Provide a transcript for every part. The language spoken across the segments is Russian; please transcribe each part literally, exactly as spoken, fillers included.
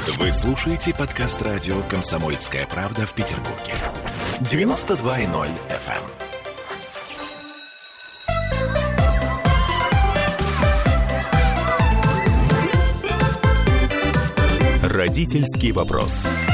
Вы слушаете подкаст радио «Комсомольская правда» в Петербурге. девяносто два и ноль эф эм. Родительский вопрос.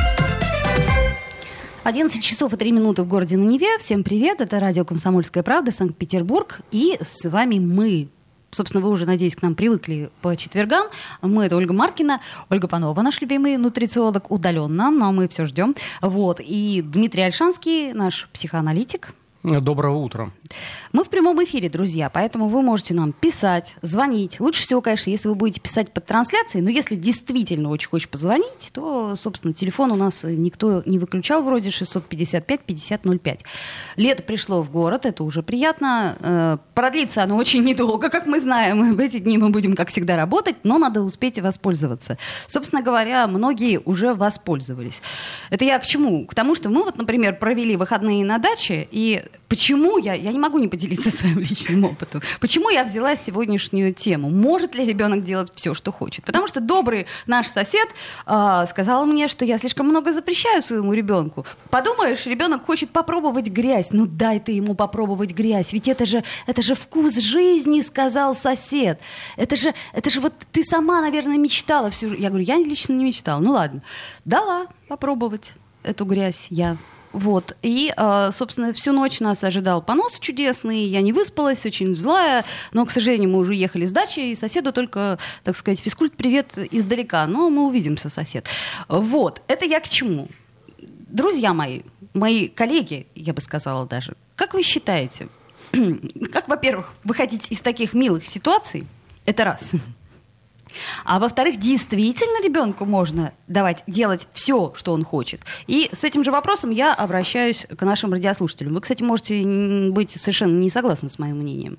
одиннадцать часов и три минуты в городе на Неве. Всем привет, это радио «Комсомольская правда», Санкт-Петербург. И с вами мы. Собственно, вы уже, надеюсь, к нам привыкли по четвергам. Мы — это Ольга Маркина, Ольга Панова, наш любимый нутрициолог, удаленно, но мы все ждем. Вот. И Дмитрий Ольшанский, наш психоаналитик. Доброго утра. Мы в прямом эфире, друзья, поэтому вы можете нам писать, звонить. Лучше всего, конечно, если вы будете писать под трансляцией, но если действительно очень хочешь позвонить, то, собственно, телефон у нас никто не выключал вроде, шестьсот пятьдесят пять пятьдесят ноль пять. Лето пришло в город, это уже приятно. Продлится оно очень недолго, как мы знаем. В эти дни мы будем, как всегда, работать, но надо успеть воспользоваться. Собственно говоря, многие уже воспользовались. Это я к чему? К тому, что мы вот, например, провели выходные на даче, и почему я, я не могу не поделиться своим личным опытом, почему я взяла сегодняшнюю тему? Может ли ребенок делать все, что хочет? Потому что добрый наш сосед э, сказал мне, что я слишком много запрещаю своему ребенку. Подумаешь, ребенок хочет попробовать грязь. Ну дай ты ему попробовать грязь, ведь это же, это же вкус жизни, сказал сосед. Это же, это же вот ты сама, наверное, мечтала всю жизнь. Я говорю, я лично не мечтала. Ну ладно, дала попробовать эту грязь я. Вот. И, э, собственно, всю ночь нас ожидал понос чудесный, я не выспалась, очень злая, но, к сожалению, мы уже ехали с дачи, и соседу только, так сказать, физкульт-привет издалека, но мы увидимся, сосед. Вот. Это я к чему? Друзья мои, мои коллеги, я бы сказала даже, как вы считаете, как, во-первых, выходить из таких милых ситуаций? Это раз. А во-вторых, действительно ребенку можно давать делать все, что он хочет. И с этим же вопросом я обращаюсь к нашим радиослушателям. Вы, кстати, можете быть совершенно не согласны с моим мнением.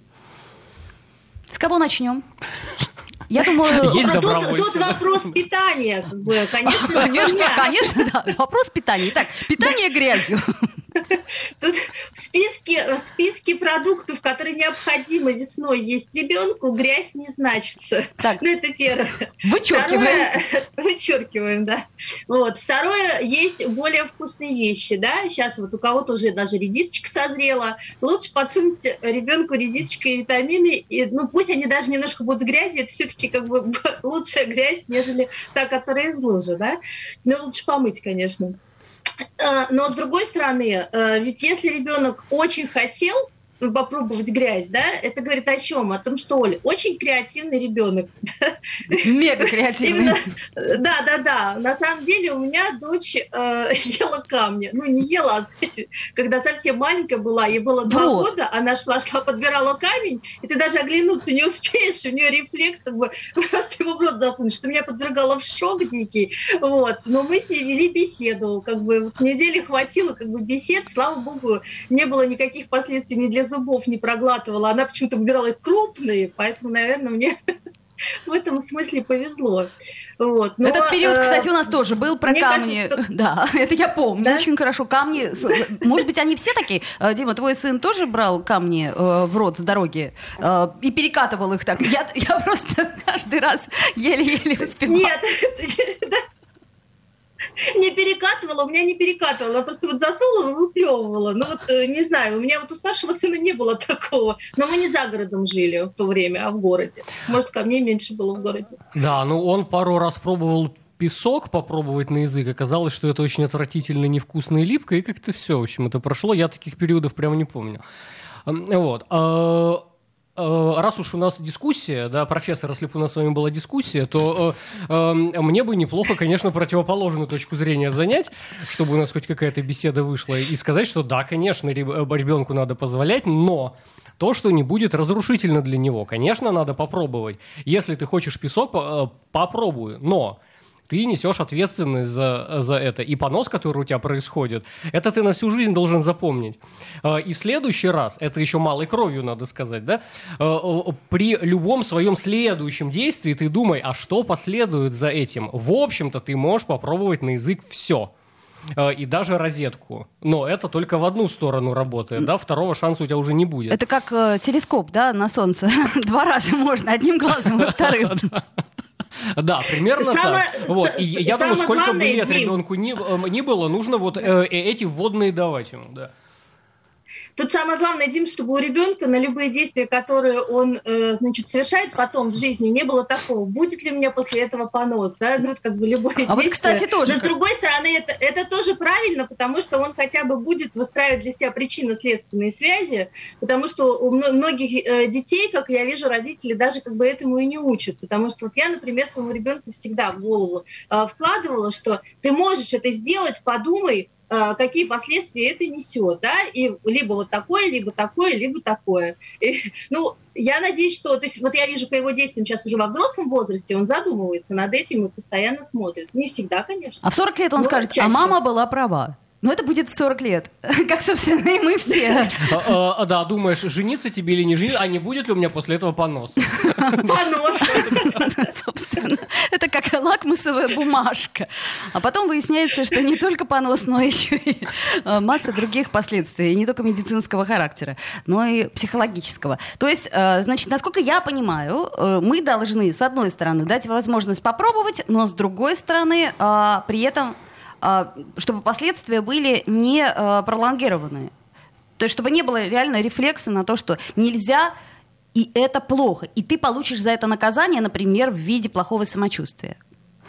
С кого начнем? Я думаю... Есть тут, тут вопрос питания, как бы, конечно, конечно, конечно, да. Вопрос питания. Итак, питание грязью. Тут в списке, в списке продуктов, которые необходимо весной есть ребенку, грязь не значится. Так. Ну, это первое. Вычеркиваем. Второе, вычеркиваем, да. Вот. Второе, есть более вкусные вещи, да. Сейчас вот у кого-то уже даже редисочка созрела. Лучше подсунуть ребенку редисочкой и витамины. И, ну, пусть они даже немножко будут с грязью, это все-таки как бы лучшая грязь, нежели та, которая из лужи, да. Но лучше помыть, конечно. Но, с другой стороны, ведь если ребенок очень хотел попробовать грязь, да, это говорит о чем? О том, что Оля очень креативный ребенок. Мега креативный. Да, да, да. На самом деле у меня дочь э, ела камни. Ну, не ела, а, знаете, когда совсем маленькая была, ей было два вот. года, она шла-шла, подбирала камень, и ты даже оглянуться не успеешь, у нее рефлекс, как бы, просто его в рот засунуть, что меня подвергало в шок дикий. Вот. Но мы с ней вели беседу, как бы, вот, недели хватило, как бы, бесед, слава богу, не было никаких последствий ни для зубов не проглатывала, она почему-то выбирала крупные, поэтому, наверное, мне в этом смысле повезло. Вот. Но, этот период, кстати, у нас тоже был про камни. Кажется, что... Да, это я помню, да? Очень хорошо. Камни, может быть, они все такие? Дима, твой сын тоже брал камни э, в рот с дороги э, и перекатывал их так? Я, я просто каждый раз еле-еле успевала. Нет, не перекатывала, у меня не перекатывала, я просто вот засунула и выплевывала. Ну вот, не знаю, у меня вот у старшего сына не было такого. Но мы не за городом жили в то время, а в городе. Может, камней меньше было в городе. Да, ну он пару раз пробовал песок попробовать на язык. Оказалось, что это очень отвратительно, невкусно и липко, и как-то все, в общем, это прошло. Я таких периодов прямо не помню. Вот. Раз уж у нас дискуссия, да, профессор, если бы у нас с вами была дискуссия, то э, э, мне бы неплохо, конечно, противоположную точку зрения занять, чтобы у нас хоть какая-то беседа вышла, и сказать, что да, конечно, ребенку надо позволять, но то, что не будет разрушительно для него, конечно, надо попробовать. Если ты хочешь песок, попробуй, но... ты несешь ответственность за, за это. И понос, который у тебя происходит, это ты на всю жизнь должен запомнить. И в следующий раз, это еще малой кровью, надо сказать, да, при любом своем следующем действии ты думай, а что последует за этим? В общем-то, ты можешь попробовать на язык все. И даже розетку. Но это только в одну сторону работает, да, второго шанса у тебя уже не будет. Это как э, телескоп, да, на солнце. Два раза можно, одним глазом и вторым. Да, примерно Самое- так. Вот. И с- я думаю, самое сколько бы главное, лет Дим, ребенку ни, э, ни было, нужно вот э, эти вводные давать ему, да. Тут самое главное, Дим, чтобы у ребенка на любые действия, которые он, э, значит, совершает потом в жизни, не было такого, будет ли у меня после этого понос, да, ну, это как бы любое А действие. вот, кстати, тоже Но, с как- другой стороны, это, это тоже правильно, потому что он хотя бы будет выстраивать для себя причинно-следственные связи, потому что у мно- многих э, детей, как я вижу, родители даже как бы этому и не учат, потому что вот я, например, своему ребенку всегда в голову э, вкладывала, что ты можешь это сделать, подумай, какие последствия это несет, да, и либо вот такое, либо такое, либо такое. И, ну, я надеюсь, что, то есть вот я вижу по его действиям сейчас уже во взрослом возрасте, он задумывается над этим и постоянно смотрит. Не всегда, конечно. А в сорок лет он Но скажет, чаще. а мама была права. Но это будет в сорок лет, как, собственно, и мы все. А, а, Да, думаешь, жениться тебе или не жениться, а не будет ли у меня после этого понос? Понос. Собственно, это как лакмусовая бумажка. А потом выясняется, что не только понос, но еще и э, масса других последствий, и не только медицинского характера, но и психологического. То есть, э, значит, насколько я понимаю, э, мы должны, с одной стороны, дать возможность попробовать, но с другой стороны, э, при этом, э, чтобы последствия были не э, пролонгированные. То есть, чтобы не было реально рефлекса на то, что нельзя, и это плохо. И ты получишь за это наказание, например, в виде плохого самочувствия.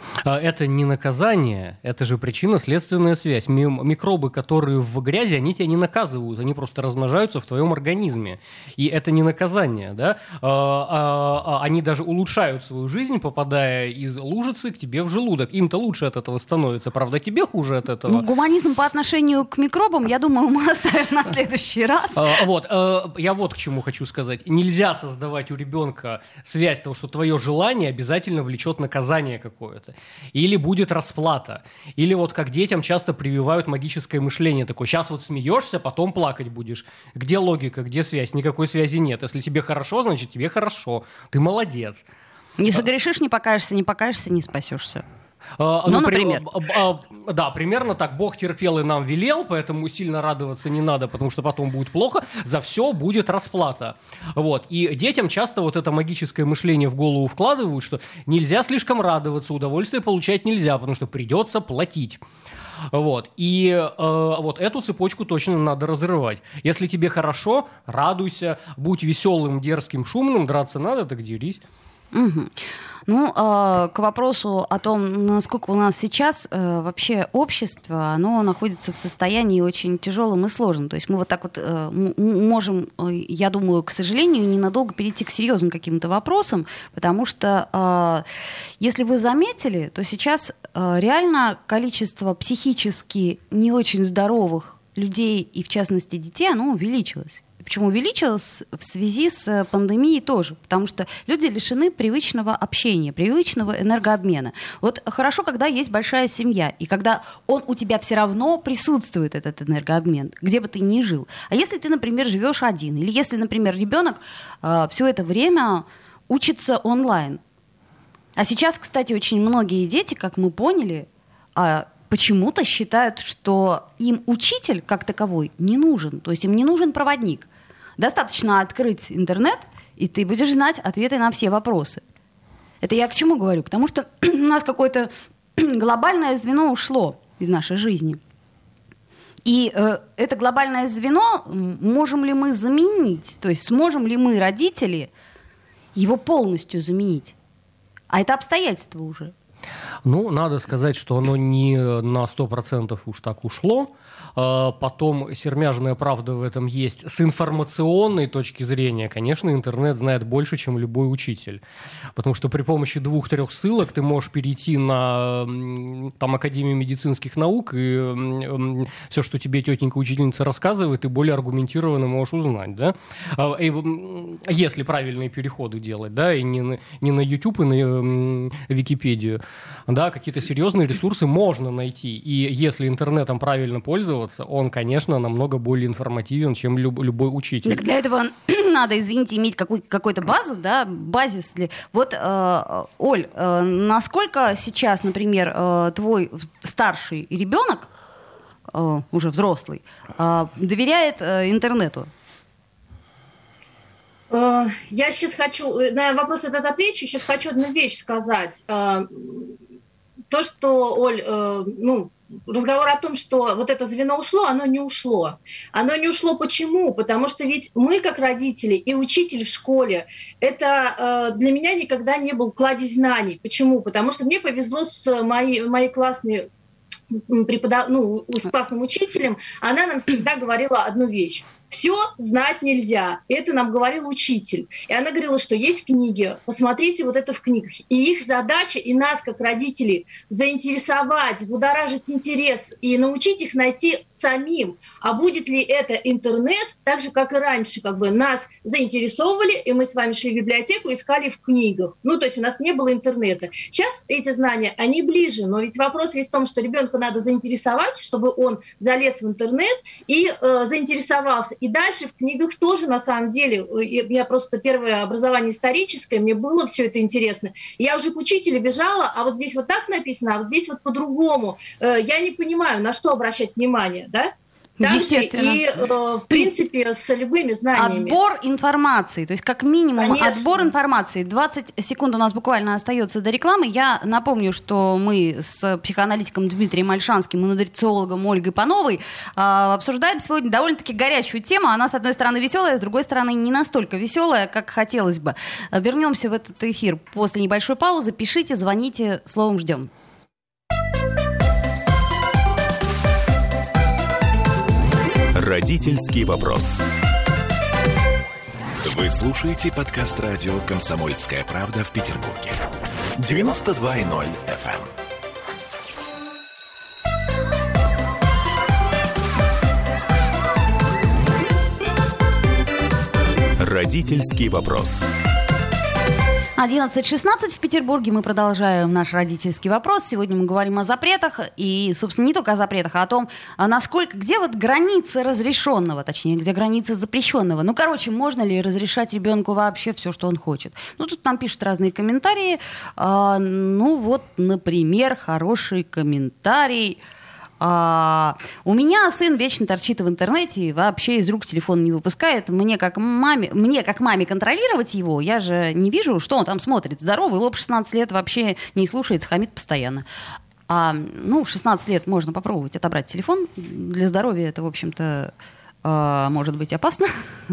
Это не наказание, это же причинно-следственная связь. Ми- микробы, которые в грязи, они тебя не наказывают, они просто размножаются в твоем организме. И это не наказание, да? А, а, а, они даже улучшают свою жизнь, попадая из лужицы к тебе в желудок. Им-то лучше от этого становится, правда, тебе хуже от этого. Ну, гуманизм по отношению к микробам, я думаю, мы оставим на следующий раз. А, вот, а, я вот к чему хочу сказать. Нельзя создавать у ребенка связь того, что твое желание обязательно влечет наказание какое-то. Или будет расплата. Или вот как детям часто прививают магическое мышление. Такое, сейчас вот смеешься, потом плакать будешь. Где логика, где связь? Никакой связи нет. Если тебе хорошо, значит тебе хорошо. Ты молодец. Не согрешишь, не покаешься, не покаешься, не спасешься. А, Ну, при- например. а, а, да, примерно так. Бог терпел и нам велел, поэтому сильно радоваться не надо, потому что потом будет плохо. За все будет расплата. Вот. И детям часто вот это магическое мышление в голову вкладывают, что нельзя слишком радоваться, удовольствие получать нельзя, потому что придется платить. Вот. И э, вот эту цепочку точно надо разрывать. Если тебе хорошо, радуйся, будь веселым, дерзким, шумным, драться надо, так дерись. Угу. Ну, э, к вопросу о том, насколько у нас сейчас э, вообще общество, оно находится в состоянии очень тяжелым и сложным. То есть мы вот так вот э, м- можем, э, я думаю, к сожалению, ненадолго перейти к серьезным каким-то вопросам, потому что, э, если вы заметили, то сейчас э, реально количество психически не очень здоровых людей, и в частности детей, оно увеличилось. Почему увеличилось? В связи с пандемией тоже, потому что люди лишены привычного общения, привычного энергообмена. Вот хорошо, когда есть большая семья, и когда он у тебя все равно присутствует, этот энергообмен, где бы ты ни жил. А если ты, например, живешь один, или если, например, ребенок э, все это время учится онлайн. А сейчас, кстати, очень многие дети, как мы поняли, э, почему-то считают, что им учитель как таковой не нужен, то есть им не нужен проводник. Достаточно открыть интернет, и ты будешь знать ответы на все вопросы. Это я к чему говорю? Потому что у нас какое-то глобальное звено ушло из нашей жизни. И э, это глобальное звено можем ли мы заменить? То есть сможем ли мы, родители, его полностью заменить? А это обстоятельства уже. Ну, надо сказать, что оно не на сто процентов уж так ушло. Потом сермяжная правда в этом есть. С информационной точки зрения, конечно, интернет знает больше, чем любой учитель. Потому что при помощи двух-трех ссылок ты можешь перейти на там, Академию медицинских наук, и все, что тебе тетенька-учительница рассказывает, ты более аргументированно можешь узнать. Да? Если правильные переходы делать, да, и не на, не на YouTube, и на Википедию. Да, какие-то серьезные ресурсы можно найти. И если интернетом правильно пользоваться, он, конечно, намного более информативен, чем люб- любой учитель. Так для этого надо, извините, иметь какую- какую-то базу, да, базис. Для... Вот, э, Оль, э, насколько сейчас, например, э, твой старший ребенок, э, уже взрослый, э, доверяет э, интернету? Я сейчас хочу, на вопрос этот отвечу, сейчас хочу одну вещь сказать. То, что, Оль, ну, разговор о том, что вот это звено ушло, оно не ушло. Оно не ушло почему? Потому что ведь мы, как родители и учитель в школе, это для меня никогда не был кладезь знаний. Почему? Потому что мне повезло с моей, моей классной преподав... ну, с классным учителем, она нам всегда говорила одну вещь. Все знать нельзя. Это нам говорил учитель. И она говорила, что есть книги, посмотрите вот это в книгах. И их задача, и нас, как родителей, заинтересовать, будоражить интерес и научить их найти самим. А будет ли это интернет, так же, как и раньше, как бы нас заинтересовывали, и мы с вами шли в библиотеку, искали в книгах. Ну, то есть у нас не было интернета. Сейчас эти знания, они ближе, но ведь вопрос весь в том, что ребенка надо заинтересовать, чтобы он залез в интернет и э, заинтересовался. И дальше в книгах тоже, на самом деле, у меня просто первое образование историческое, мне было все это интересно. Я уже к учителю бежала, а вот здесь вот так написано, а вот здесь вот по-другому. Я не понимаю, на что обращать внимание, да? Также и, э, в принципе, с любыми знаниями. Отбор информации, то есть как минимум Конечно. Отбор информации. двадцать секунд у нас буквально остается до рекламы. Я напомню, что мы с психоаналитиком Дмитрием Ольшанским и нутрициологом Ольгой Пановой э, обсуждаем сегодня довольно-таки горячую тему. Она, с одной стороны, веселая, с другой стороны, не настолько веселая, как хотелось бы. Вернемся в этот эфир после небольшой паузы. Пишите, звоните, словом ждем. Родительский вопрос. Вы слушаете подкаст радио «Комсомольская правда» в Петербурге. девяносто два и ноль эф эм. Родительский вопрос. одиннадцать шестнадцать в Петербурге. Мы продолжаем наш родительский вопрос. Сегодня мы говорим о запретах. И, собственно, не только о запретах, а о том, насколько, где вот границы разрешенного, точнее, где границы запрещенного. Ну, короче, можно ли разрешать ребенку вообще все, что он хочет? Ну, тут нам пишут разные комментарии. А, ну, вот, например, хороший комментарий. А, у меня сын вечно торчит в интернете и вообще из рук телефон не выпускает. Мне как маме, мне как маме контролировать его, я же не вижу, что он там смотрит. Здоровый лоб, шестнадцать лет, вообще не слушается, хамит постоянно. А, ну, в шестнадцать лет можно попробовать отобрать телефон. Для здоровья это, в общем-то, а, может быть опасно.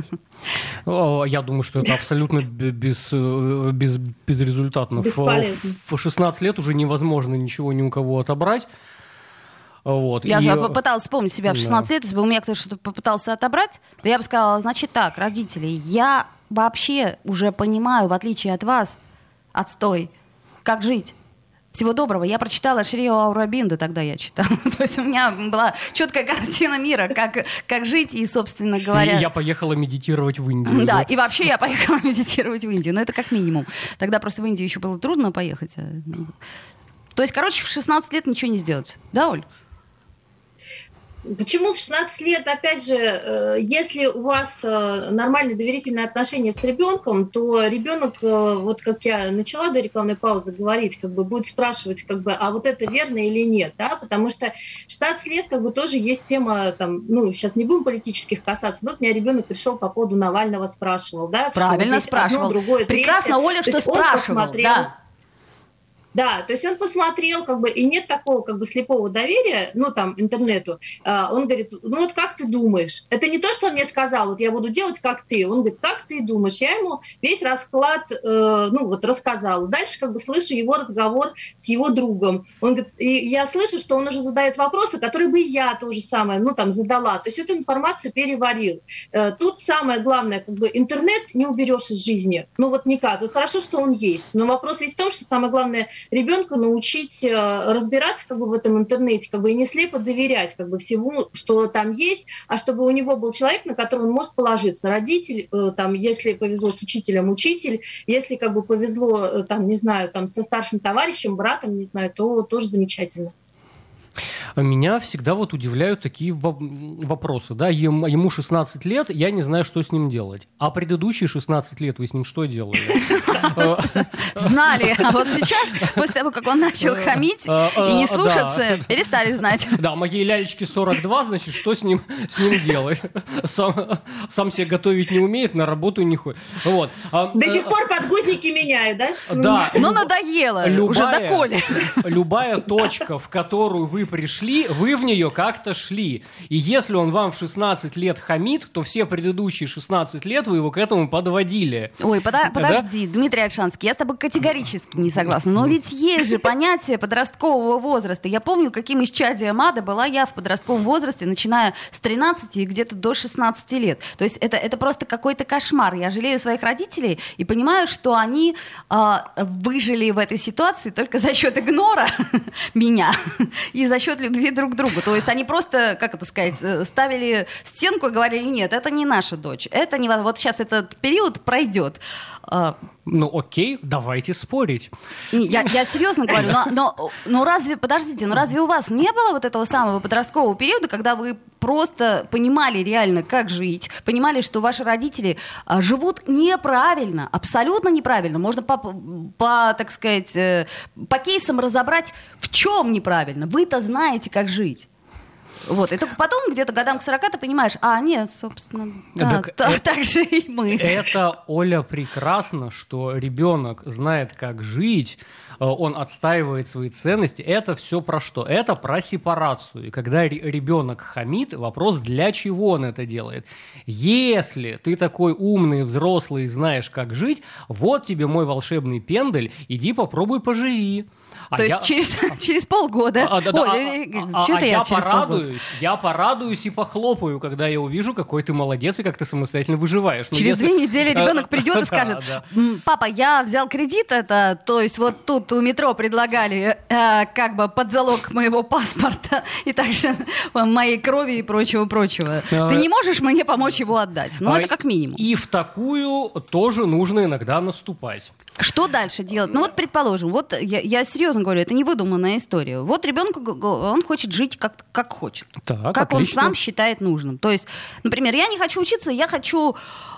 Я думаю, что это абсолютно без, без, безрезультатно. Бесполезно. В шестнадцать лет уже невозможно ничего ни у кого отобрать. Вот. Я и... же попыталась вспомнить себя в шестнадцать да. лет, если бы у меня кто-то что-то попытался отобрать, то я бы сказала, значит так, родители, я вообще уже понимаю, в отличие от вас, отстой, как жить. Всего доброго. Я прочитала Шрио Аурабинду, тогда я читала. То есть у меня была четкая картина мира, как, как жить, и, собственно говоря... И я поехала медитировать в Индию. Да, да, и вообще я поехала медитировать в Индию. Но это как минимум. Тогда просто в Индию еще было трудно поехать. То есть, короче, в шестнадцать лет ничего не сделать. Да, Оль? Почему в шестнадцать лет, опять же, если у вас нормальные доверительные отношения с ребенком, то ребенок, вот как я начала до рекламной паузы говорить, как бы будет спрашивать, как бы, а вот это верно или нет, да, потому что шестнадцать лет, как бы, тоже есть тема, там, ну, сейчас не будем политических касаться, но вот у меня ребенок пришел по поводу Навального, спрашивал, да, правильно вот спрашивал. Одно, другое, прекрасно, третье. Оля, что спрашивал, да. Да, то есть он посмотрел, как бы, и нет такого, как бы, слепого доверия, ну, там, интернету. Он говорит, ну, вот как ты думаешь? Это не то, что он мне сказал, вот я буду делать, как ты. Он говорит, как ты думаешь? Я ему весь расклад, э, ну, вот, рассказала. Дальше, как бы, слышу его разговор с его другом. Он говорит, и я слышу, что он уже задает вопросы, которые бы я тоже самое, ну, там, задала. То есть эту информацию переварил. Э, тут самое главное, как бы, интернет не уберешь из жизни. Ну, вот никак. И хорошо, что он есть. Но вопрос есть в том, что самое главное — ребенка научить разбираться, как бы, в этом интернете, как бы, и не слепо доверять, как бы, всему, что там есть, а чтобы у него был человек, на которого он может положиться. Родитель, там, если повезло с учителем, учитель, если, как бы, повезло, там, не знаю, там, со старшим товарищем, братом, не знаю, то тоже замечательно. Меня всегда вот удивляют такие вопросы. Да? Ему шестнадцать лет, я не знаю, что с ним делать. А предыдущие шестнадцать лет вы с ним что делали? Знали. А вот сейчас, после того, как он начал хамить и не слушаться, перестали знать. Да, моей лялечке сорок два, значит, что с ним делать? Сам себе готовить не умеет, на работу не ходит. До сих пор подгузники меняю, да? Да. Ну, надоело. Уже доколе. Любая точка, в которую вы пришли, вы в нее как-то шли. И если он вам в шестнадцать лет хамит, то все предыдущие шестнадцать лет вы его к этому подводили. Ой, подо- подожди, да? Дмитрий Ольшанский, я с тобой категорически не согласна. Но ведь есть же понятие подросткового возраста. Я помню, каким исчадием ада была я в подростковом возрасте, начиная с тринадцати и где-то до шестнадцати лет. То есть это, это просто какой-то кошмар. Я жалею своих родителей и понимаю, что они э, выжили в этой ситуации только за счет игнора меня и за счет любви друг к другу. То есть они просто, как это сказать, ставили стенку и говорили: нет, это не наша дочь. Это не... Вот сейчас этот период пройдет. Ну окей, давайте спорить. Я, я серьезно говорю, но, но, но разве, подождите, но разве у вас не было вот этого самого подросткового периода, когда вы просто понимали реально, как жить, понимали, что ваши родители а, живут неправильно, абсолютно неправильно. Можно по, по, так сказать, э, по кейсам разобрать, в чем неправильно. Вы-то знаете, как жить. Вот, и только потом, где-то годам к сорока, ты понимаешь, а, нет, собственно, да, так, так, это, так же и мы. Это, Оля, прекрасно, что ребенок знает, как жить, он отстаивает свои ценности. Это все про что? Это про сепарацию. И когда ребенок хамит, вопрос, для чего он это делает. Если ты такой умный, взрослый, знаешь, как жить, вот тебе мой волшебный пендель, иди попробуй поживи. А То я... есть через, через полгода. А, да, да, Ой, а, а, а я, я порадуюсь, я порадуюсь и похлопаю, когда я увижу, какой ты молодец и как ты самостоятельно выживаешь. Но через если... две недели ребенок придет и скажет: папа, я взял кредит, это, то есть вот тут у метро предлагали э, как бы под залог моего паспорта и также моей крови и прочего-прочего. А, ты не можешь мне помочь его отдать? Ну, а, это как минимум. И в такую тоже нужно иногда наступать. Что дальше делать? Ну вот, предположим, вот я, я серьезно говорю, это не выдуманная история. Вот ребенок, он хочет жить как, как хочет, так, как отлично. Он сам считает нужным. То есть, например, я не хочу учиться, я хочу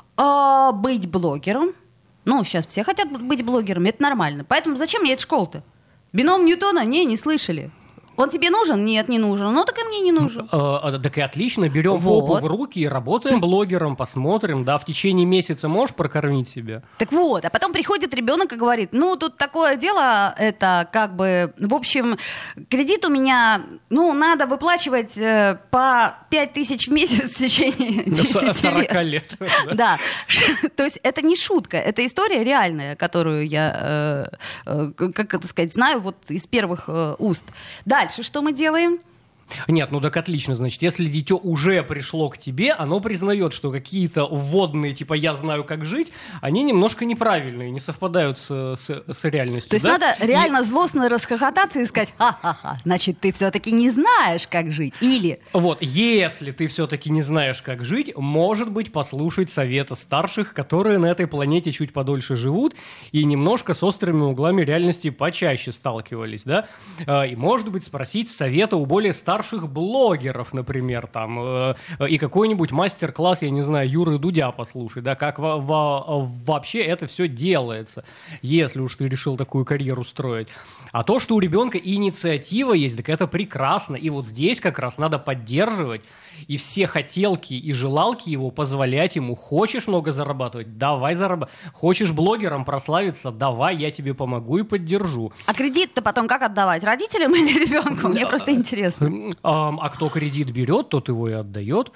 э, быть блогером. Ну, сейчас все хотят быть блогерами, это нормально. Поэтому зачем мне эта школа-то? Бином Ньютона? Не, не слышали. Он тебе нужен? Нет, не нужен. Ну, так и мне не нужен. А, так и отлично. Берем вот. попу в руки и работаем блогером, посмотрим. Да, в течение месяца можешь прокормить себя? Так вот, а потом приходит ребенок и говорит: ну, тут такое дело, это как бы, в общем, кредит у меня, ну, надо выплачивать э, по пять тысяч в месяц в течение десяти лет. Да. То есть это не шутка, это история реальная, которую я, как это сказать, знаю вот из первых уст. Дальше. Дальше что мы делаем? Нет, ну так отлично, значит, если дитё уже пришло к тебе, оно признает, что какие-то вводные, типа «я знаю, как жить», они немножко неправильные, не совпадают с, с, с реальностью. То есть да? Надо реально и... злостно расхохотаться и сказать: ха-ха-ха, значит, ты все-таки не знаешь, как жить. Или... Вот, если ты все-таки не знаешь, как жить, может быть, послушать совета старших, которые на этой планете чуть подольше живут и немножко с острыми углами реальности почаще сталкивались, да? И, может быть, спросить совета у более старших старших блогеров, например, там, э, и какой-нибудь мастер-класс, я не знаю, Юры Дудя послушай, да, как во- во- вообще это все делается, если уж ты решил такую карьеру строить. А то, что у ребенка инициатива есть, так это прекрасно, и вот здесь как раз надо поддерживать, и все хотелки и желалки его позволять ему. Хочешь много зарабатывать? Давай зарабатывай. Хочешь блогером прославиться? Давай, я тебе помогу и поддержу. А кредит-то потом как отдавать? Родителям или ребенку? Мне просто интересно. А кто кредит берет, тот его и отдает.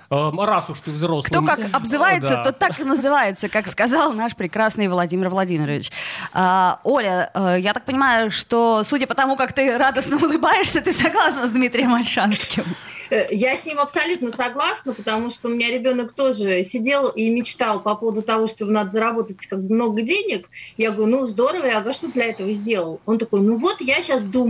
Раз уж ты взрослый. Кто как обзывается, да. Тот так и называется, как сказал наш прекрасный Владимир Владимирович. А, Оля, я так понимаю, что, судя по тому, как ты радостно улыбаешься, ты согласна с Дмитрием Ольшанским? Я с ним абсолютно согласна, потому что у меня ребенок тоже сидел и мечтал по поводу того, что ему надо заработать как много денег. Я говорю: ну здорово, я говорю: что ты для этого сделал? Он такой: ну вот я сейчас думаю.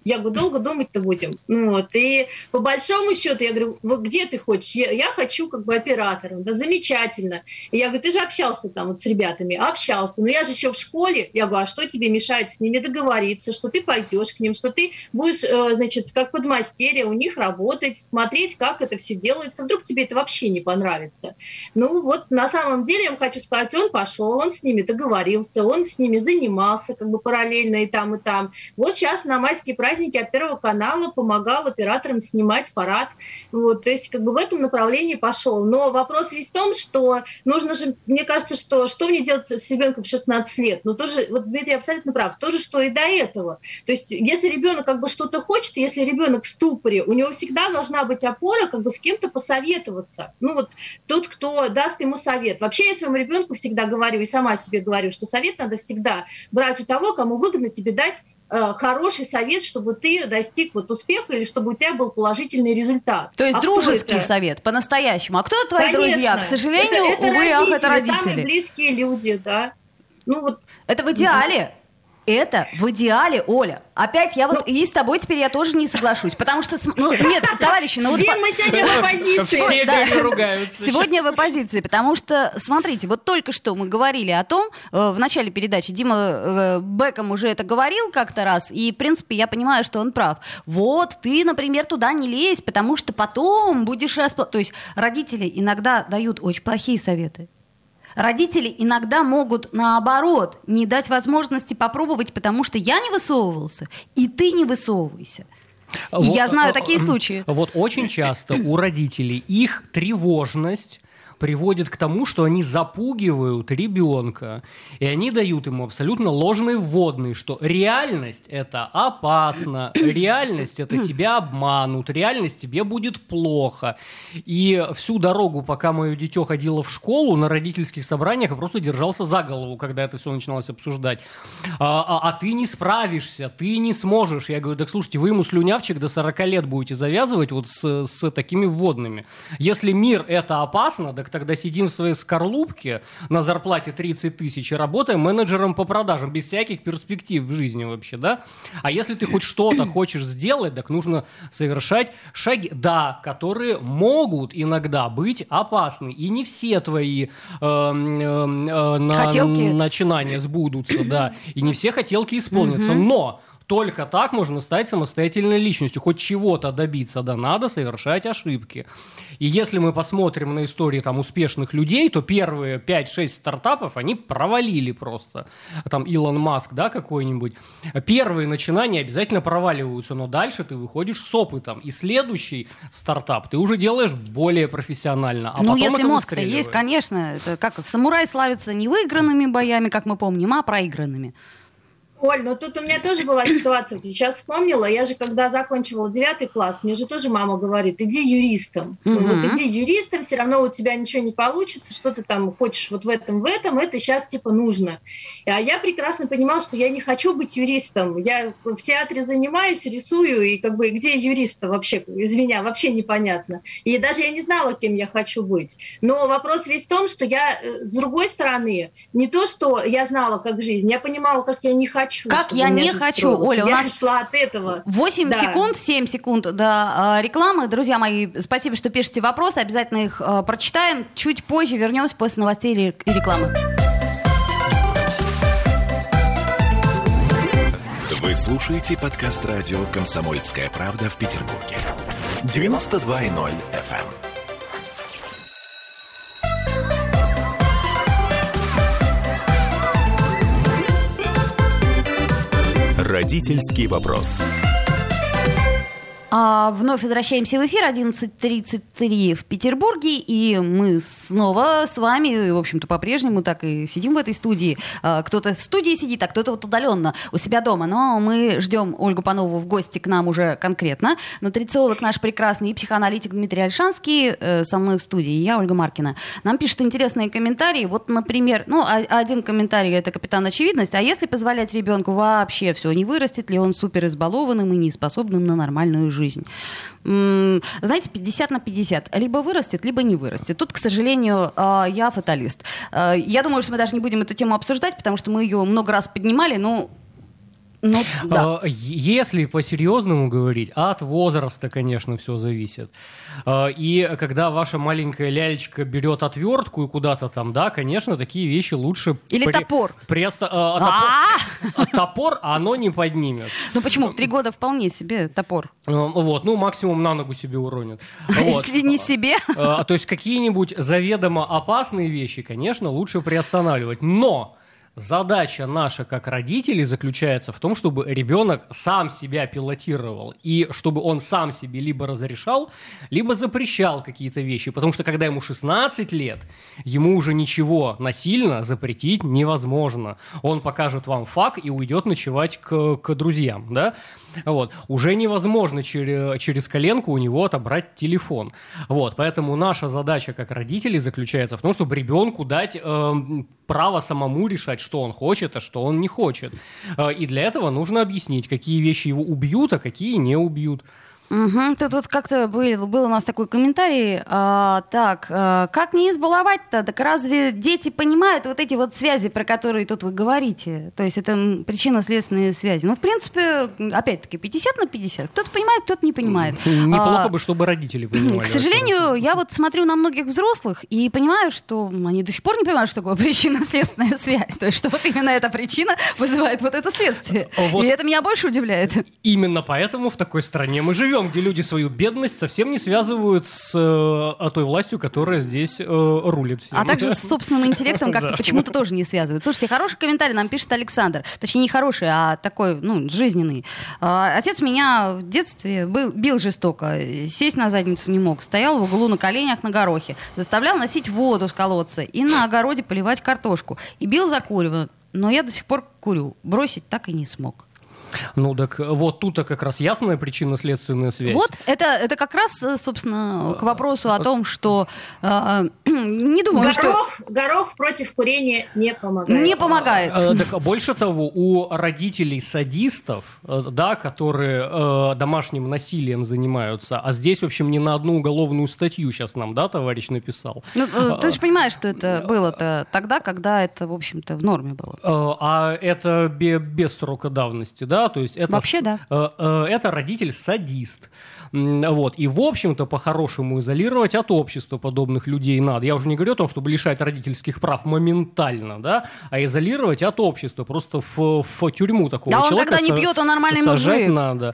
Я говорю, долго думать-то будем. Ну, вот. И по большому счету я говорю, вот где ты хочешь? Я, я хочу как бы оператором. Да, замечательно. И я говорю, ты же общался там вот с ребятами? Общался. Но я же еще в школе. Я говорю, а что тебе мешает с ними договориться, что ты пойдешь к ним, что ты будешь, значит, как подмастерье у них работать, смотреть, как это все делается. Вдруг тебе это вообще не понравится. Ну вот на самом деле я вам хочу сказать, он пошел, он с ними договорился, он с ними занимался как бы параллельно и там, и там. Вот сейчас на майские праздники от Первого канала помогал операторам снимать парад. Вот, то есть как бы в этом направлении пошел. Но вопрос весь в том, что нужно же, мне кажется, что что мне делать с ребенком в шестнадцать лет? Ну тоже, вот Дмитрий абсолютно прав, то же, что и до этого. То есть если ребенок как бы что-то хочет, если ребенок в ступоре, у него всегда должна быть опора, как бы с кем-то посоветоваться. Ну вот тот, кто даст ему совет. Вообще я своему ребенку всегда говорю, и сама себе говорю, что совет надо всегда брать у того, кому выгодно тебе дать э, хороший совет, чтобы ты достиг вот успеха или чтобы у тебя был положительный результат. То есть а дружеский совет, по-настоящему. А кто твои Конечно. друзья? К сожалению, это, это увы, родители, ах, это родители. Самые близкие люди, да. Ну вот. Это в идеале. Это в идеале, Оля. Опять я вот ну, и с тобой теперь я тоже не соглашусь, потому что, ну, нет, товарищи, ну вот... Дим, мы сегодня в оппозиции. Все да, ругаются. Сегодня в оппозиции, потому что, смотрите, вот только что мы говорили о том, э, в начале передачи Дима э, Бекхэм уже это говорил как-то раз, и, в принципе, я понимаю, что он прав. Вот, ты, например, туда не лезь, потому что потом будешь расплачиваться. То есть родители иногда дают очень плохие советы. Родители иногда могут, наоборот, не дать возможности попробовать, потому что я не высовывался, и ты не высовывайся. И вот, я знаю такие случаи. Вот очень часто у родителей их тревожность приводит к тому, что они запугивают ребенка, и они дают ему абсолютно ложный вводный, что реальность – это опасно, реальность – это тебя обманут, реальность тебе будет плохо. И всю дорогу, пока мое дитё ходило в школу, на родительских собраниях я просто держался за голову, когда это все начиналось обсуждать. А, а, а ты не справишься, ты не сможешь. Я говорю, так слушайте, вы ему слюнявчик до сорока лет будете завязывать вот с, с такими вводными. Если мир – это опасно, так тогда сидим в своей скорлупке на зарплате тридцать тысяч и работаем менеджером по продажам, без всяких перспектив в жизни вообще, да? А если ты хоть что-то хочешь сделать, так нужно совершать шаги, да, которые могут иногда быть опасны. И не все твои э, э, э, на, начинания сбудутся, да, и не все хотелки исполнятся, но... Только так можно стать самостоятельной личностью, хоть чего-то добиться, да, надо совершать ошибки. И если мы посмотрим на истории там успешных людей, то первые пять-шесть стартапов, они провалили просто. Там Илон Маск, да, какой-нибудь. Первые начинания обязательно проваливаются, но дальше ты выходишь с опытом. И следующий стартап ты уже делаешь более профессионально. А ну, потом если это мозг-то есть, конечно. Это как самурай славится не выигранными боями, как мы помним, а проигранными. Оль, ну тут у меня тоже была ситуация, сейчас вспомнила, я же когда закончила девятый класс, мне же тоже мама говорит, иди юристом, mm-hmm. вот иди юристом, все равно у тебя ничего не получится, что ты там хочешь вот в этом, в этом, это сейчас типа нужно. А я прекрасно понимала, что я не хочу быть юристом, я в театре занимаюсь, рисую, и как бы где юриста вообще, извиня, вообще непонятно. И даже я не знала, кем я хочу быть. Но вопрос весь в том, что я, с другой стороны, не то, что я знала, как жизнь, я понимала, как я не хочу. Как я не хочу, Оля, у я нас шла от этого. восемь да. секунд, семь секунд до э, рекламы. Друзья мои, спасибо, что пишете вопросы, обязательно их э, прочитаем. Чуть позже вернемся после новостей и рекламы. Вы слушаете подкаст радио «Комсомольская правда» в Петербурге. девяносто два и ноль эф эм. Родительский вопрос. А, вновь возвращаемся в эфир, одиннадцать тридцать три в Петербурге, и мы снова с вами, в общем-то, по-прежнему так и сидим в этой студии. А, кто-то в студии сидит, а кто-то вот удаленно у себя дома, но мы ждем Ольгу Панову в гости к нам уже конкретно. Нутрициолог наш прекрасный и психоаналитик Дмитрий Ольшанский э, со мной в студии, и я, Ольга Маркина. Нам пишут интересные комментарии, вот, например, ну, один комментарий — это капитан Очевидность, а если позволять ребенку вообще все, не вырастет ли он супер избалованным и неспособным на нормальную жизнь? жизнь. Знаете, пятьдесят на пятьдесят. Либо вырастет, либо не вырастет. Тут, к сожалению, я фаталист. Я думаю, что мы даже не будем эту тему обсуждать, потому что мы ее много раз поднимали, но Ну, да. Если по-серьезному говорить, от возраста, конечно, все зависит. И когда ваша маленькая лялечка берет отвертку и куда-то там, да, конечно, такие вещи лучше... Или при... топор. Преста... А, топор. А топор оно не поднимет. Ну почему? В три года вполне себе топор. Вот, ну максимум на ногу себе уронит. А если не себе? То есть какие-нибудь заведомо опасные вещи, конечно, лучше приостанавливать. Но... Задача наша как родителей заключается в том, чтобы ребенок сам себя пилотировал, и чтобы он сам себе либо разрешал, либо запрещал какие-то вещи, потому что когда ему шестнадцать лет, ему уже ничего насильно запретить невозможно. Он покажет вам факт и уйдет ночевать к, к друзьям, да? Вот. Уже невозможно через, через коленку у него отобрать телефон. Вот. Поэтому наша задача как родителей заключается в том, чтобы ребенку дать э, право самому решать, что он хочет, а что он не хочет. Э, и для этого нужно объяснить, какие вещи его убьют, а какие не убьют. Угу. Тут, тут как-то был, был у нас такой комментарий. А, так, а, как не избаловать-то? Так разве дети понимают вот эти вот связи, про которые тут вы говорите? То есть это причинно-следственные связи. Ну, в принципе, опять-таки, пятьдесят на пятьдесят. Кто-то понимает, кто-то не понимает. Неплохо а, бы, чтобы родители понимали. К сожалению, я вот смотрю на многих взрослых и понимаю, что они до сих пор не понимают, что такое причинно-следственная связь. То есть что вот именно эта причина вызывает вот это следствие. Вот. И это меня больше удивляет. Именно поэтому в такой стране мы живем, где люди свою бедность совсем не связывают с э, той властью, которая здесь э, рулит всем. А также с собственным интеллектом как-то почему-то тоже не связывают. Слушайте, хороший комментарий нам пишет Александр. Точнее, не хороший, а такой, ну, жизненный. Отец меня в детстве был, бил жестоко. Сесть на задницу не мог. Стоял в углу на коленях на горохе. Заставлял носить воду с колодца и на огороде поливать картошку. И бил за курево. Но я до сих пор курю. Бросить так и не смог. Ну, так вот тут-то как раз ясная причинно-следственная связь. Вот, это, это как раз, собственно, к вопросу о том, что э, не думаю, горох, что... Горох против курения не помогает. Не помогает. А, так, больше того, у родителей садистов, да, которые э, домашним насилием занимаются, а здесь, в общем, не на одну уголовную статью сейчас нам, да, товарищ написал. Ну, ты же понимаешь, что это было-то тогда, когда это, в общем-то, в норме было. А это без срока давности, да? Да, то есть это, Вообще, да. э, э, это родитель-садист. Вот. И, в общем-то, по-хорошему изолировать от общества подобных людей надо. Я уже не говорю о том, чтобы лишать родительских прав моментально, да, а изолировать от общества. Просто в, в тюрьму такого да человека он когда не пьет, он нормальный сажать мужик. надо.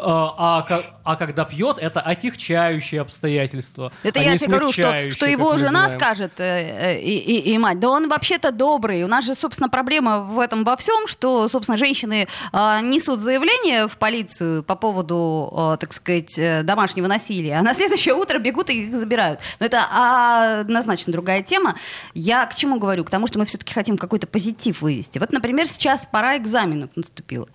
А, а, а когда пьет, это отягчающие обстоятельства. Это я тебе говорю, что, что его жена скажет э, и, и, и мать. Да он вообще-то добрый. У нас же, собственно, проблема в этом во всем, что, собственно, женщины э, несут заявление в полицию по поводу, э, так сказать, домашнего насилия, а на следующее утро бегут и их забирают. Но это однозначно другая тема. Я к чему говорю? К тому, что мы все-таки хотим какой-то позитив вывести. Вот, например, сейчас пора экзаменов наступила.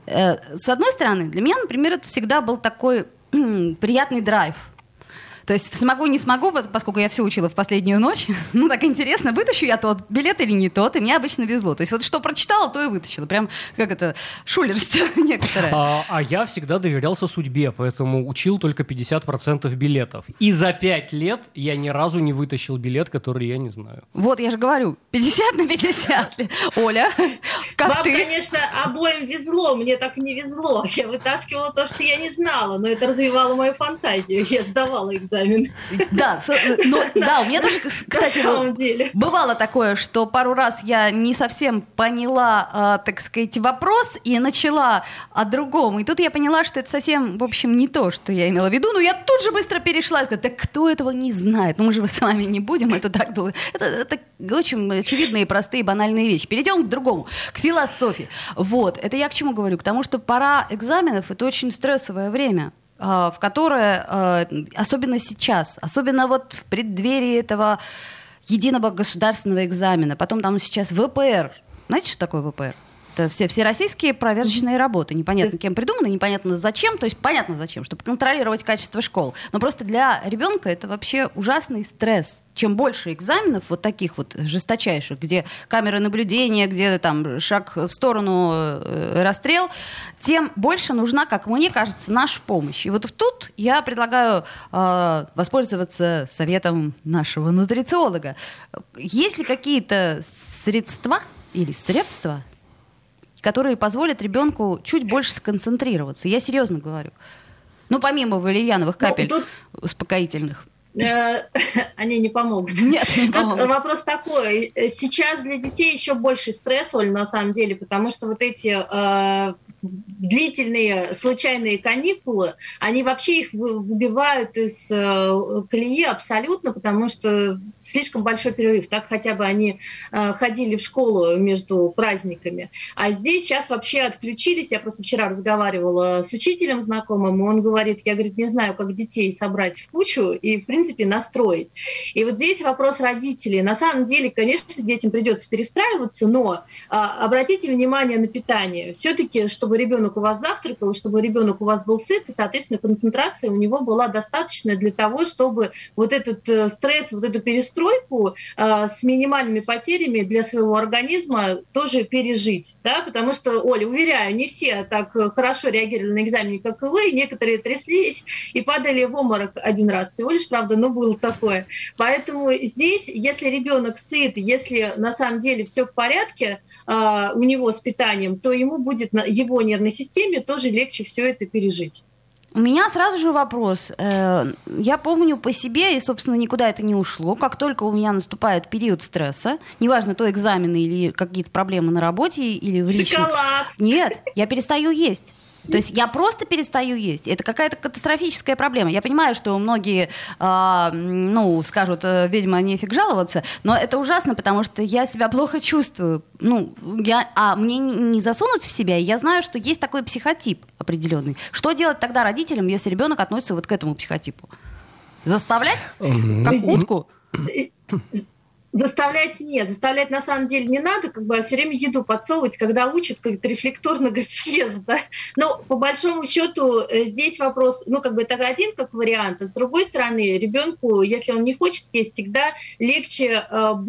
С одной стороны, для меня, например, это всегда был такой приятный драйв. То есть смогу, не смогу, поскольку я все учила в последнюю ночь. Ну, так интересно, вытащу я тот билет или не тот, и мне обычно везло. То есть вот что прочитала, то и вытащила. Прям как это, шулерство некоторое. А, а я всегда доверялся судьбе, поэтому учил только пятьдесят процентов билетов. И за пять лет я ни разу не вытащил билет, который я не знаю. Вот, я же говорю, пятьдесят на пятьдесят. Оля, как Вам, ты? конечно, обоим везло, мне так не везло. Я вытаскивала то, что я не знала, но это развивало мою фантазию. Я сдавала экзамен. Да, но, да, у меня тоже, кстати, на самом деле. Бывало такое, что пару раз я не совсем поняла, э, так сказать, вопрос и начала о другом. И тут я поняла, что это совсем, в общем, не то, что я имела в виду. Но я тут же быстро перешла и сказала, да кто этого не знает? Ну мы же с вами не будем, это так было. Это, это очень очевидные, простые, банальные вещи. Перейдем к другому, к философии. Вот, это я к чему говорю? К тому, что пора экзаменов, это очень стрессовое время, в которое, особенно сейчас, особенно вот в преддверии этого единого государственного экзамена, потом там сейчас вэ пэ эр. Знаете, что такое вэ пэ эр? Это все, всероссийские проверочные работы. Непонятно кем придуманы, непонятно зачем. То есть понятно зачем, чтобы контролировать качество школ. Но просто для ребенка это вообще ужасный стресс. Чем больше экзаменов, вот таких вот жесточайших, где камеры наблюдения, где там шаг в сторону, э, расстрел, тем больше нужна, как мне кажется, наша помощь. И вот тут я предлагаю э, воспользоваться советом нашего нутрициолога. Есть ли какие-то средства или средства, которые позволят ребенку чуть больше сконцентрироваться. Я серьезно говорю. Ну, помимо валерьяновых капель ну, тут... успокоительных. Они не помогут. Нет, не помогут. Вопрос такой. Сейчас для детей еще больше стресс, Оль, на самом деле, потому что вот эти э, длительные случайные каникулы, они вообще их выбивают из э, колеи абсолютно, потому что слишком большой перерыв. Так хотя бы они э, ходили в школу между праздниками. А здесь сейчас вообще отключились. Я просто вчера разговаривала с учителем знакомым, и он говорит, я, говорит, не знаю, как детей собрать в кучу и, в принципе, настроить. И вот здесь вопрос родителей. На самом деле, конечно, детям придется перестраиваться, но а, обратите внимание на питание. Все-таки, чтобы ребенок у вас завтракал, чтобы ребенок у вас был сыт, и, соответственно, концентрация у него была достаточная для того, чтобы вот этот э, стресс, вот эту перестройку э, с минимальными потерями для своего организма тоже пережить. Да? Потому что, Оля, уверяю, не все так хорошо реагировали на экзамене, как и вы. Некоторые тряслись и падали в обморок один раз. Всего лишь, правда, но было такое. Поэтому здесь, если ребенок сыт, если на самом деле все в порядке э, у него с питанием, то ему будет на его нервной системе тоже легче все это пережить. У меня сразу же вопрос. Я помню по себе, и, собственно, никуда это не ушло. Как только у меня наступает период стресса, неважно, то экзамены или какие-то проблемы на работе, или в личном... Шоколад! Нет, я перестаю есть. То есть я просто перестаю есть. Это какая-то катастрофическая проблема. Я понимаю, что многие, э, ну, скажут, ведьма, нефиг жаловаться, но это ужасно, потому что я себя плохо чувствую. Ну, я, а мне не засунуть в себя, и я знаю, что есть такой психотип определенный. Что делать тогда родителям, если ребенок относится вот к этому психотипу? Заставлять? Как утку? Заставлять нет. Заставлять на самом деле не надо, как бы все время еду подсовывать, когда учат, как-то рефлекторно говорит, съест, да. Но по большому счету здесь вопрос, ну, как бы это один как вариант, а с другой стороны, ребенку, если он не хочет есть, всегда легче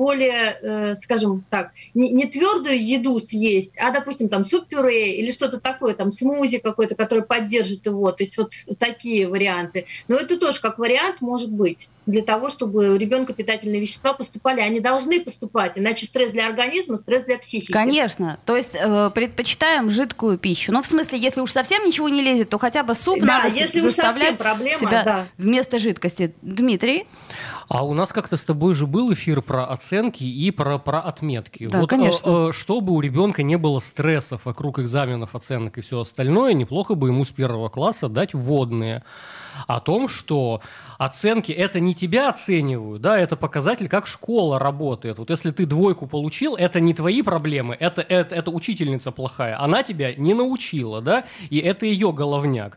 более, скажем так, не, не твердую еду съесть, а, допустим, там суп-пюре или что-то такое, там смузи какой-то, который поддержит его, то есть вот такие варианты. Но это тоже как вариант может быть для того, чтобы у ребенка питательные вещества поступали. Они должны поступать, иначе стресс для организма, стресс для психики. Конечно. То есть э, предпочитаем жидкую пищу. Ну, в смысле, если уж совсем ничего не лезет, то хотя бы суп да, надо если заставлять проблема, себя да. вместо жидкости. Дмитрий? А у нас как-то с тобой же был эфир про оценки и про, про отметки. Да, вот, конечно. Э, э, чтобы у ребенка не было стрессов вокруг экзаменов, оценок и все остальное, неплохо бы ему с первого класса дать вводные о том, что оценки — это не тебя оценивают, да, это показатель, как школа работает. Вот если ты двойку получил, это не твои проблемы, это, это, это учительница плохая, она тебя не научила, да, и это ее головняк.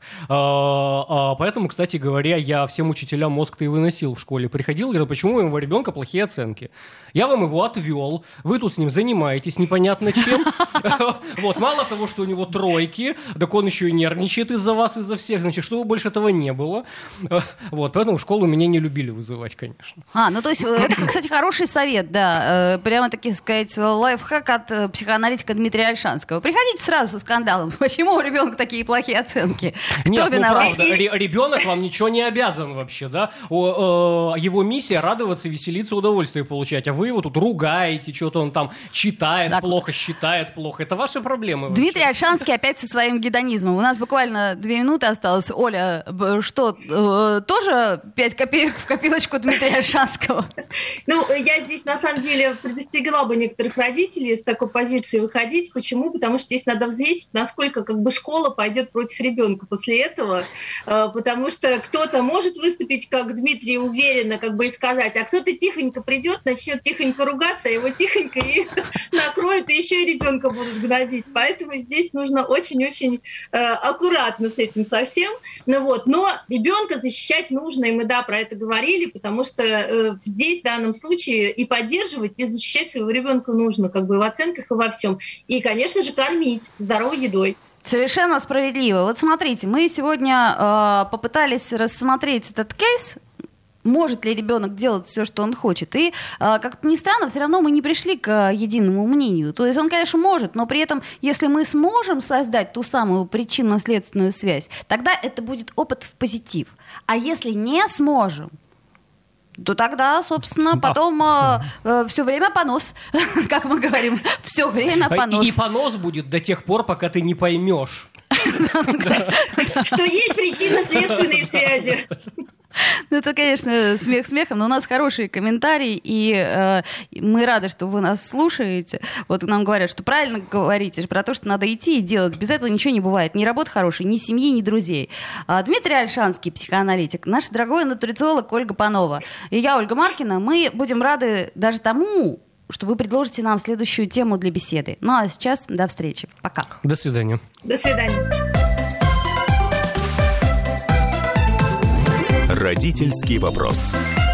А, а, поэтому, кстати говоря, я всем учителям мозг-то и выносил в школе. Приходил и говорил, почему у моего ребенка плохие оценки? Я вам его отвел, вы тут с ним занимаетесь непонятно чем. Вот, мало того, что у него тройки, так он еще и нервничает из-за вас, из-за всех, значит, чтобы больше этого не было. Вот, поэтому в школу меня не любили вызывать, конечно. А, ну то есть это, кстати, хороший совет, да, прямо-таки сказать лайфхак от психоаналитика Дмитрия Ольшанского. Приходите сразу со скандалом. Почему у ребенка такие плохие оценки? Кто Нет, виноват? ну правда, ребенок вам ничего не обязан вообще, да? О, э, его миссия — радоваться, веселиться, удовольствие получать, а вы его тут ругаете, что-то он там читает так. плохо, считает плохо. Это ваши проблемы. Дмитрий Ольшанский опять со своим гедонизмом. У нас буквально две минуты осталось. Оля, что, э, тоже пять копеек в копилочку Дмитрия Ольшанского? Ну, я здесь, на самом деле, предостерегла бы некоторых родителей с такой позиции выходить. Почему? Потому что здесь надо взвесить, насколько как бы школа пойдет против ребенка после этого. Э, потому что кто-то может выступить, как Дмитрий, уверенно, как бы и сказать, а кто-то тихонько придет, начнет тихонько ругаться, а его тихонько и накроют, и еще и ребенка будут гнобить. Поэтому здесь нужно очень-очень э, аккуратно с этим совсем. Ну, вот. Но ребенка защищать нужно, и мы, да, про это говорили, потому что э, здесь, в данном случае, и поддерживать, и защищать своего ребенка нужно, как бы в оценках и во всем. И, конечно же, кормить здоровой едой. Совершенно справедливо. Вот смотрите, мы сегодня э, попытались рассмотреть этот кейс. Может ли ребенок делать все, что он хочет? И, э, как-то ни странно, все равно мы не пришли к единому мнению. То есть он, конечно, может, но при этом, если мы сможем создать ту самую причинно-следственную связь, тогда это будет опыт в позитив. А если не сможем, то тогда, собственно, потом э, э, все время понос, как мы говорим, все время понос. И понос будет до тех пор, пока ты не поймешь. Что есть причинно-следственные связи. Ну, это, конечно, смех смехом, но у нас хорошие комментарии, и э, мы рады, что вы нас слушаете. Вот нам говорят, что правильно говорите про то, что надо идти и делать. Без этого ничего не бывает. Ни работы хорошей, ни семьи, ни друзей. А Дмитрий Ольшанский, психоаналитик, наш дорогой нутрициолог Ольга Панова. И я, Ольга Маркина. Мы будем рады даже тому, что вы предложите нам следующую тему для беседы. Ну, а сейчас до встречи. Пока. До свидания. До свидания. Родительский вопрос.